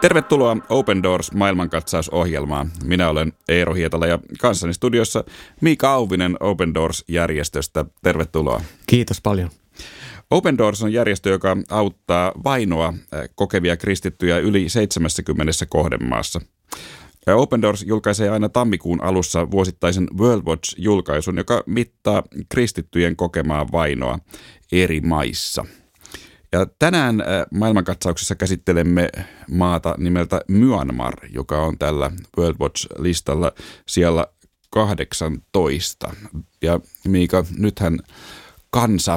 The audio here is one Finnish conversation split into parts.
Tervetuloa Open Doors maailmankatsausohjelmaan. Minä olen Eero Hietala ja kanssani studiossa Miika Auvinen Open Doors-järjestöstä. Tervetuloa. Kiitos paljon. Open Doors on järjestö, joka auttaa vainoa kokevia kristittyjä yli 70 kohdemaassa. Open Doors julkaisee aina tammikuun alussa vuosittaisen World Watch-julkaisun, joka mittaa kristittyjen kokemaa vainoa eri maissa. Ja tänään maailmankatsauksessa käsittelemme maata nimeltä Myanmar, joka on tällä World Watch-listalla siellä 18. Ja Miika, nythän kansa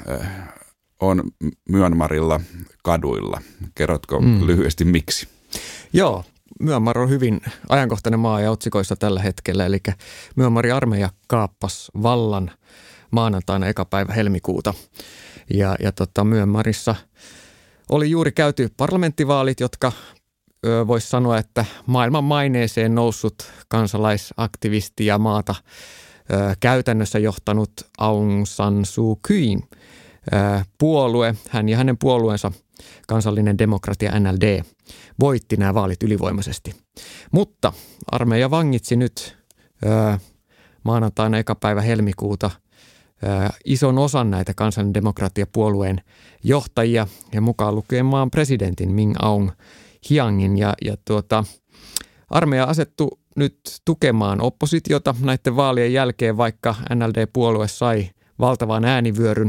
on Myanmarilla kaduilla. Kerrotko lyhyesti miksi? Joo, Myanmar on hyvin ajankohtainen maa ja otsikoissa tällä hetkellä. Eli Myanmarin armeija kaappasi vallan maanantaina 1. päivä helmikuuta. Ja Myanmarissa oli juuri käyty parlamenttivaalit, jotka voisi sanoa, että maailman maineeseen noussut kansalaisaktivisti ja maata käytännössä johtanut Aung San Suu Kyin puolue, hän ja hänen puolueensa Kansallinen demokratia NLD voitti nämä vaalit ylivoimaisesti. Mutta armeija vangitsi nyt maanantaina 1. päivä helmikuuta ison osan näitä Kansallinen demokratia-puolueen johtajia ja mukaan lukien maan presidentin Min Aung Hlaingin. Ja armeija asettui nyt tukemaan oppositiota näiden vaalien jälkeen, vaikka NLD-puolue sai valtavan äänivyöryn.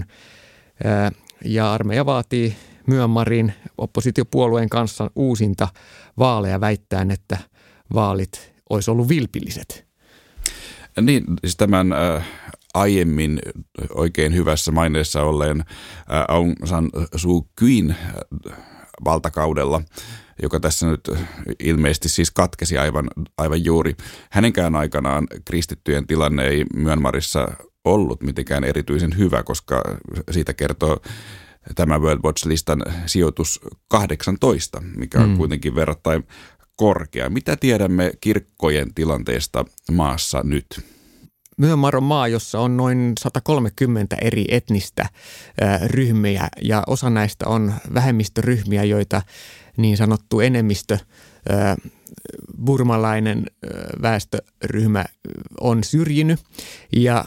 Ja armeija vaatii Myanmarin oppositiopuolueen kanssa uusinta vaaleja väittäen, että vaalit olisi ollut vilpilliset. Niin, siis tämän aiemmin oikein hyvässä maineessa olleen Aung San Suu Kyin valtakaudella, joka tässä nyt ilmeisesti siis katkesi aivan juuri. Hänenkään aikanaan kristittyjen tilanne ei Myanmarissa ollut mitenkään erityisen hyvä, koska siitä kertoo tämä World Watch-listan sijoitus 18, mikä on kuitenkin verrattain korkea. Mitä tiedämme kirkkojen tilanteesta maassa nyt? Myanmar on maa, jossa on noin 130 eri etnistä ryhmiä ja osa näistä on vähemmistöryhmiä, joita niin sanottu enemmistö burmalainen väestöryhmä on syrjinyt. Ja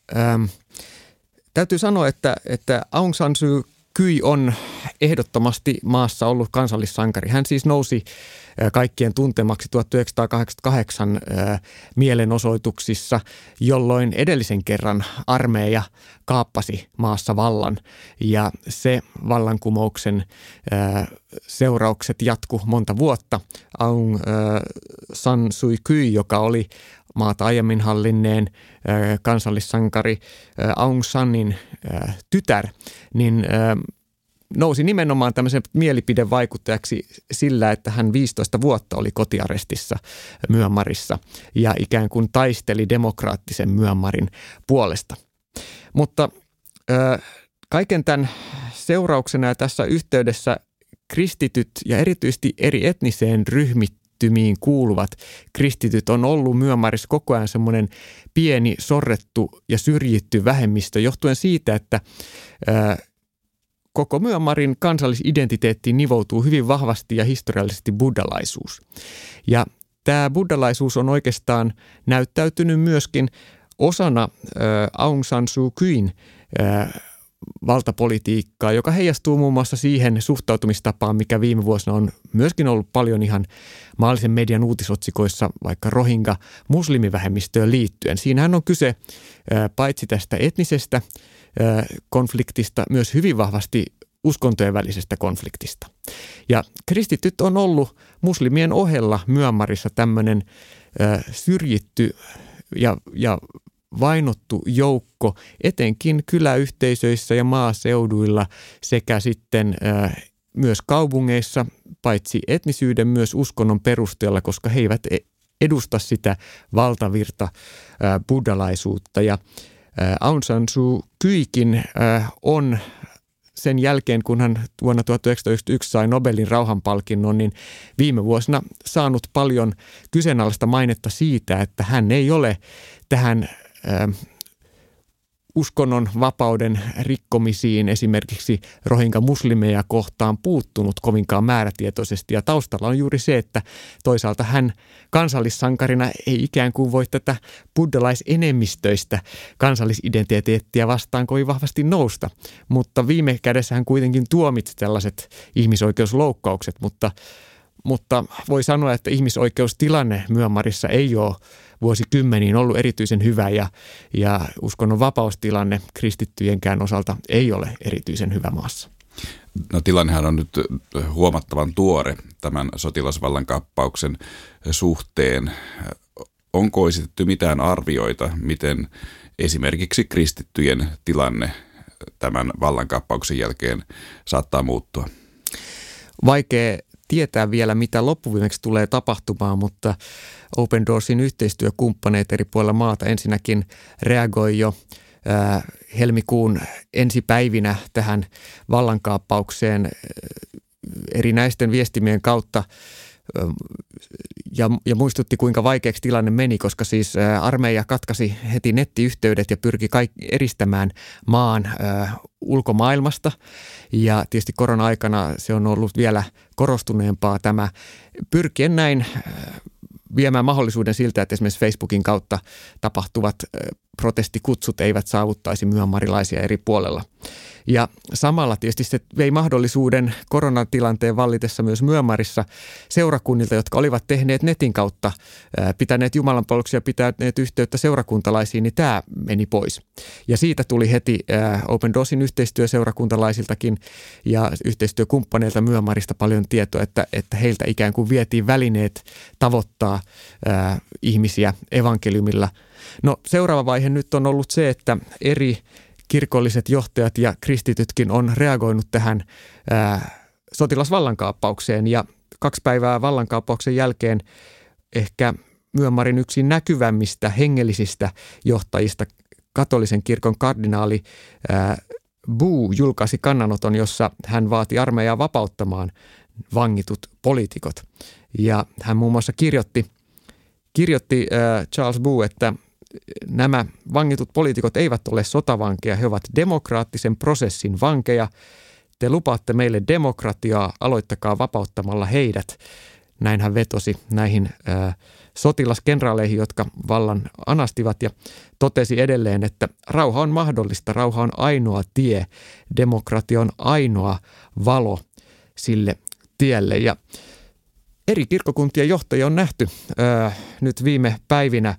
täytyy sanoa, että Aung San Suu Kyi on ehdottomasti maassa ollut kansallissankari. Hän siis nousi kaikkien tuntemaksi 1988 mielenosoituksissa, jolloin edellisen kerran armeija kaappasi maassa vallan. Ja se vallankumouksen seuraukset jatku monta vuotta. Aung San Suu Kyi, joka oli maata aiemmin hallinneen kansallissankari Aung Sanin tytär, niin nousi nimenomaan tämmöisen mielipidevaikuttajaksi sillä, että hän 15 vuotta oli kotiarestissa Myanmarissa ja ikään kuin taisteli demokraattisen Myanmarin puolesta. Mutta kaiken tämän seurauksena ja tässä yhteydessä kristityt ja erityisesti eri etniseen ryhmittymiin kuuluvat kristityt on ollut Myanmarissa koko ajan semmoinen pieni, sorrettu ja syrjitty vähemmistö johtuen siitä, että koko Myanmarin kansallisidentiteettiin nivoutuu hyvin vahvasti ja historiallisesti buddhalaisuus. Ja tämä buddhalaisuus on oikeastaan näyttäytynyt myöskin osana Aung San Suu Kyin valtapolitiikkaa, joka heijastuu muun muassa siihen suhtautumistapaan, mikä viime vuosina on myöskin ollut paljon ihan maallisen median uutisotsikoissa vaikka Rohingya-muslimivähemmistöön liittyen. Siinähän on kyse paitsi tästä etnisestä konfliktista, myös hyvin vahvasti uskontojen välisestä konfliktista. Ja kristityt on ollut muslimien ohella Myanmarissa tämmöinen syrjitty ja vainottu joukko, etenkin kyläyhteisöissä ja maaseuduilla sekä sitten myös kaupungeissa, paitsi etnisyyden myös uskonnon perusteella, koska he eivät edusta sitä valtavirta buddhalaisuutta. Ja Aung San Suu Kyikin on sen jälkeen, kun hän vuonna 1991 sai Nobelin rauhanpalkinnon, niin viime vuosina saanut paljon kyseenalaista mainetta siitä, että hän ei ole tähän uskonnon vapauden rikkomisiin esimerkiksi rohingya-muslimeja kohtaan puuttunut kovinkaan määrätietoisesti. Ja taustalla on juuri se, että toisaalta hän kansallissankarina ei ikään kuin voi tätä buddhalaisenemmistöistä kansallisidentiteettiä vastaan kovin vahvasti nousta. Mutta viime kädessä hän kuitenkin tuomitsi tällaiset ihmisoikeusloukkaukset, mutta voi sanoa, että ihmisoikeustilanne Myanmarissa ei ole vuosikymmeniin ollut erityisen hyvä ja uskonnon vapaustilanne kristittyjenkään osalta ei ole erityisen hyvä maassa. No tilannehan on nyt huomattavan tuore tämän sotilasvallankaappauksen suhteen. Onko esitetty mitään arvioita, miten esimerkiksi kristittyjen tilanne tämän vallankaappauksen jälkeen saattaa muuttua? Vaikea tietää vielä, mitä loppuviimeksi tulee tapahtumaan, mutta Open Doorsin yhteistyökumppaneet eri puolilla maata ensinnäkin reagoi jo helmikuun ensipäivinä tähän vallankaappaukseen erinäisten viestimien kautta ja muistutti, kuinka vaikeaksi tilanne meni, koska siis armeija katkaisi heti nettiyhteydet ja pyrki eristämään maan ulkomaailmasta. Ja tietysti korona-aikana se on ollut vielä korostuneempaa tämä, pyrkien näin viemään mahdollisuuden siltä, että esimerkiksi Facebookin kautta tapahtuvat protestikutsut eivät saavuttaisi myanmarilaisia eri puolella. Ja samalla tietysti se vei mahdollisuuden koronatilanteen vallitessa myös Myanmarissa seurakunnilta, jotka olivat tehneet netin kautta, pitäneet jumalanpalveluksia, pitäneet yhteyttä seurakuntalaisiin, niin tämä meni pois. Ja siitä tuli heti Open Doorsin yhteistyöseurakuntalaisiltakin ja yhteistyökumppaneilta Myanmarista paljon tietoa, että heiltä ikään kuin vietiin välineet tavoittaa ihmisiä evankeliumilla. No seuraava vaihe nyt on ollut se, että eri kirkolliset johtajat ja kristitytkin on reagoinut tähän sotilasvallankaappaukseen ja 2 päivää vallankaappauksen jälkeen ehkä Myanmarin yksi näkyvämmistä hengellisistä johtajista, katolisen kirkon kardinaali Bu julkaisi kannanoton, jossa hän vaati armeijaa vapauttamaan vangitut poliitikot. Ja hän muun muassa kirjoitti Charles Bu, että nämä vangitut poliitikot eivät ole sotavankeja, he ovat demokraattisen prosessin vankeja. Te lupaatte meille demokratiaa, aloittakaa vapauttamalla heidät. Näin hän vetosi näihin sotilaskenraaleihin, jotka vallan anastivat ja totesi edelleen, että rauha on mahdollista, rauha on ainoa tie, demokratia on ainoa valo sille tielle. Ja eri kirkkokuntien johtajia on nähty nyt viime päivinä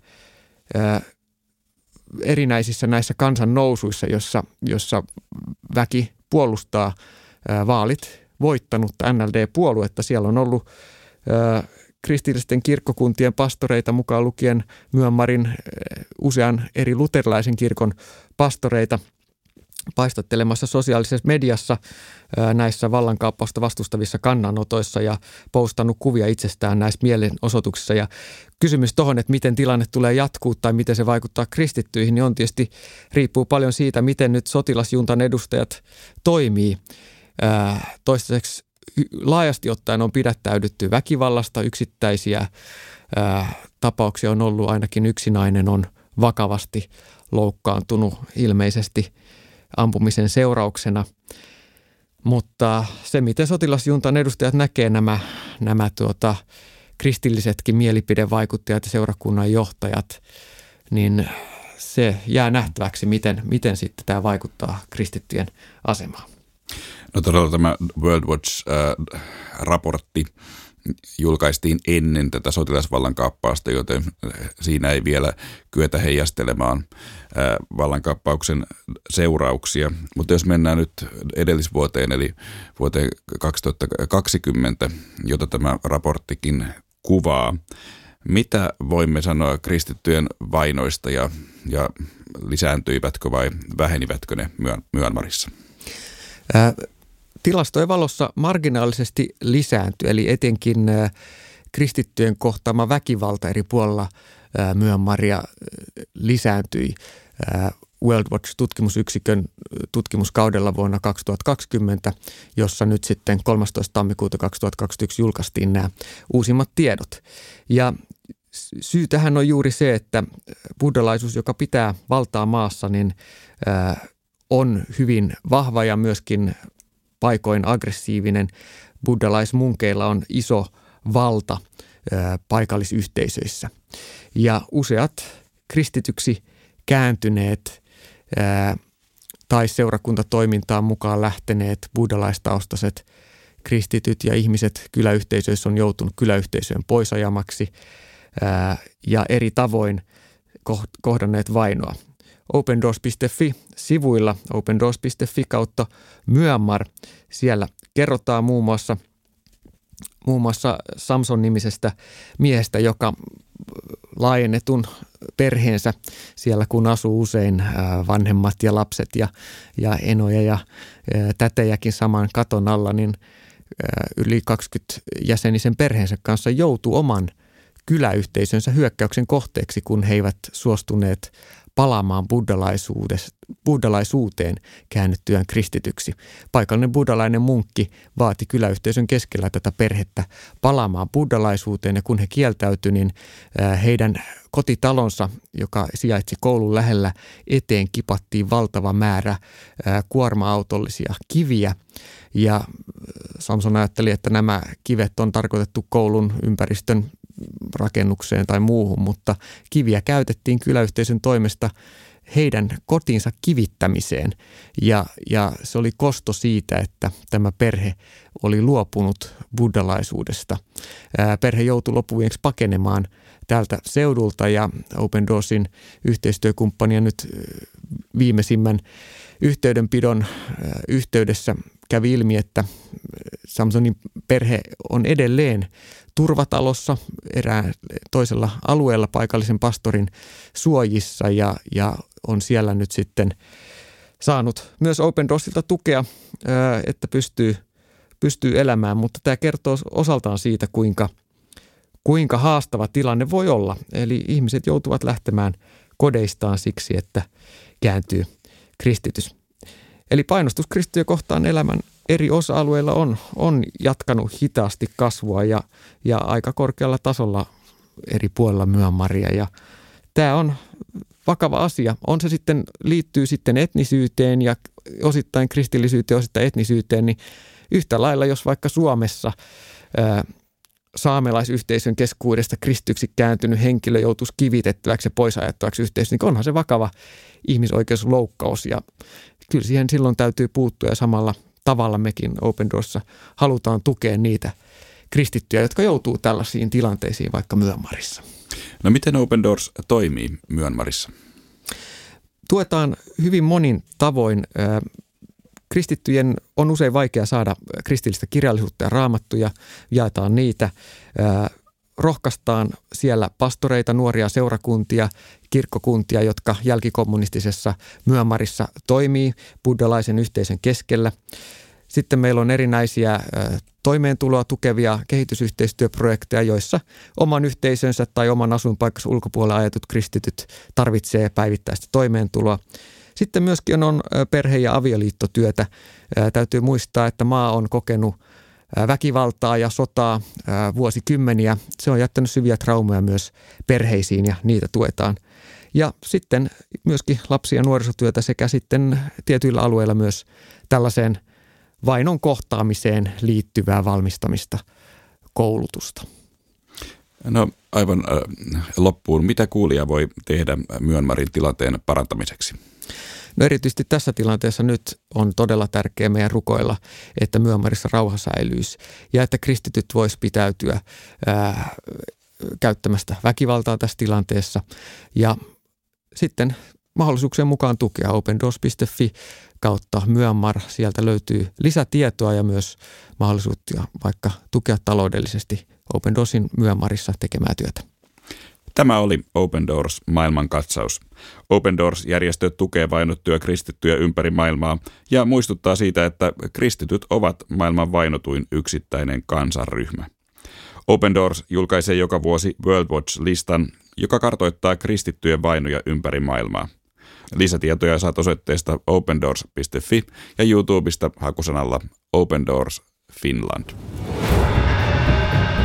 erinäisissä näissä kansannousuissa, jossa väki puolustaa vaalit voittanutta NLD-puoluetta. Siellä on ollut kristillisten kirkkokuntien pastoreita, mukaan lukien Myanmarin usean eri luterilaisen kirkon pastoreita paistattelemassa sosiaalisessa mediassa näissä vallankaappausta vastustavissa kannanotoissa ja postannut kuvia itsestään näissä mielenosoituksissa. Ja kysymys tuohon, että miten tilanne tulee jatkuu tai miten se vaikuttaa kristittyihin, niin on tietysti riippuu paljon siitä, miten nyt sotilasjuntan edustajat toimii. Toistaiseksi laajasti ottaen on pidättäydytty väkivallasta, yksittäisiä tapauksia on ollut, ainakin yksi nainen on vakavasti loukkaantunut ilmeisesti ampumisen seurauksena, mutta se, miten sotilasjuntan edustajat näkee nämä kristillisetkin mielipidevaikuttajat ja seurakunnan johtajat, niin se jää nähtäväksi, miten sitten tämä vaikuttaa kristittyjen asemaan. No todella tämä World Watch-raportti julkaistiin ennen tätä sotilasvallankaappausta, joten siinä ei vielä kyetä heijastelemaan vallankaappauksen seurauksia. Mutta jos mennään nyt edellisvuoteen, eli vuoteen 2020, jota tämä raporttikin kuvaa, mitä voimme sanoa kristittyjen vainoista ja lisääntyivätkö vai vähenivätkö ne Myanmarissa? Tilastojen valossa marginaalisesti lisääntyi, eli etenkin kristittyjen kohtaama väkivalta eri puolilla Myanmaria lisääntyi World Watch-tutkimusyksikön tutkimuskaudella vuonna 2020, jossa nyt sitten 13. tammikuuta 2021 julkaistiin nämä uusimmat tiedot. Ja syy tähän on juuri se, että buddhalaisuus, joka pitää valtaa maassa, niin on hyvin vahva ja myöskin paikoin aggressiivinen. Buddhalaismunkeilla on iso valta paikallisyhteisöissä. Ja useat kristityksi kääntyneet tai seurakuntatoimintaan mukaan lähteneet buddhalaistaustaiset kristityt ja ihmiset kyläyhteisöissä on joutunut kyläyhteisöön poisajamaksi ja eri tavoin kohdanneet vainoa. OpenDoors.fi-sivuilla opendoors.fi kautta Myanmar. Siellä kerrotaan muun muassa Samson-nimisestä miehestä, joka laajennetun perheensä siellä, kun asuu usein vanhemmat ja lapset ja enoja ja tätejäkin saman katon alla, niin yli 20 jäsenisen perheensä kanssa joutuu oman kyläyhteisönsä hyökkäyksen kohteeksi, kun he eivät suostuneet palaamaan buddhalaisuuteen käännyttyään kristityksi. Paikallinen buddhalainen munkki vaati kyläyhteisön keskellä tätä perhettä palaamaan buddhalaisuuteen, ja kun he kieltäytyi, niin heidän kotitalonsa, joka sijaitsi koulun lähellä, eteen kipattiin valtava määrä kuorma-autollisia kiviä. Ja Samson ajatteli, että nämä kivet on tarkoitettu koulun ympäristön rakennukseen tai muuhun, mutta kiviä käytettiin kyläyhteisön toimesta heidän kotinsa kivittämiseen. Ja se oli kosto siitä, että tämä perhe oli luopunut buddhalaisuudesta. Perhe joutui lopuksi pakenemaan tältä seudulta, ja Open Doorsin yhteistyökumppania nyt viimeisimmän yhteydenpidon yhteydessä kävi ilmi, että Samsonin perhe on edelleen turvatalossa erään toisella alueella paikallisen pastorin suojissa ja on siellä nyt sitten saanut myös Open Doorsilta tukea, että pystyy elämään, mutta tämä kertoo osaltaan siitä, kuinka haastava tilanne voi olla. Eli ihmiset joutuvat lähtemään kodeistaan siksi, että kääntyy kristitys. Eli painostus kristittyjä kohtaan elämän eri osa-alueilla on jatkanut hitaasti kasvua ja aika korkealla tasolla eri puolilla Myanmaria. Ja tämä on vakava asia. Se sitten liittyy sitten etnisyyteen ja osittain kristillisyyteen, osittain etnisyyteen, niin yhtä lailla, jos vaikka Suomessa saamelaisyhteisön keskuudesta kristityksi kääntynyt henkilö joutuisi kivitettäväksi ja poisajattavaksi yhteisöön, niin onhan se vakava ihmisoikeusloukkaus, ja kyllä siihen silloin täytyy puuttua, ja samalla tavalla mekin Open Doorssa halutaan tukea niitä kristittyjä, jotka joutuu tällaisiin tilanteisiin vaikka Myanmarissa. No miten Open Doors toimii Myanmarissa? Tuetaan hyvin monin tavoin. Kristittyjen on usein vaikea saada kristillistä kirjallisuutta ja raamattuja, jaetaan niitä. Rohkaistaan siellä pastoreita, nuoria seurakuntia, kirkkokuntia, jotka jälkikommunistisessa Myanmarissa toimii buddhalaisen yhteisön keskellä. Sitten meillä on erinäisiä toimeentuloa tukevia kehitysyhteistyöprojekteja, joissa oman yhteisönsä tai oman asuinpaikkansa ulkopuolella ajatut kristityt tarvitsee päivittäistä toimeentuloa. Sitten myöskin on perhe- ja avioliittotyötä. Täytyy muistaa, että maa on kokenut väkivaltaa ja sotaa vuosikymmeniä. Se on jättänyt syviä traumeja myös perheisiin ja niitä tuetaan. Ja sitten myöskin lapsi- ja nuorisotyötä sekä sitten tietyillä alueilla myös tällaiseen vainon kohtaamiseen liittyvää valmistamista, koulutusta. No aivan loppuun, mitä kuulija voi tehdä Myanmarin tilanteen parantamiseksi? No erityisesti tässä tilanteessa nyt on todella tärkeää meidän rukoilla, että Myanmarissa rauha säilyisi ja että kristityt vois pitäytyä käyttämästä väkivaltaa tässä tilanteessa. Ja sitten mahdollisuuksien mukaan tukea opendoors.fi kautta Myanmar. Sieltä löytyy lisätietoa ja myös mahdollisuutta vaikka tukea taloudellisesti Open Doorsin Myanmarissa tekemää työtä. Tämä oli Open Doors maailmankatsaus. Open Doors-järjestö tukee vainottuja kristittyjä ympäri maailmaa ja muistuttaa siitä, että kristityt ovat maailman vainotuin yksittäinen kansanryhmä. Open Doors julkaisee joka vuosi World Watch-listan, joka kartoittaa kristittyjen vainoja ympäri maailmaa. Lisätietoja saat osoitteesta opendoors.fi ja YouTubesta hakusanalla Open Doors Finland.